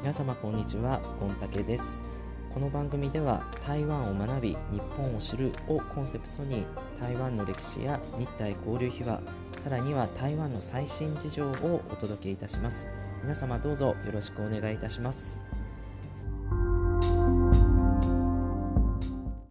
皆様こんにちは、ゴンタケです。この番組では台湾を学び、日本を知るをコンセプトに台湾の歴史や日台交流秘話、さらには台湾の最新事情をお届けいたします。皆様どうぞよろしくお願いいたします。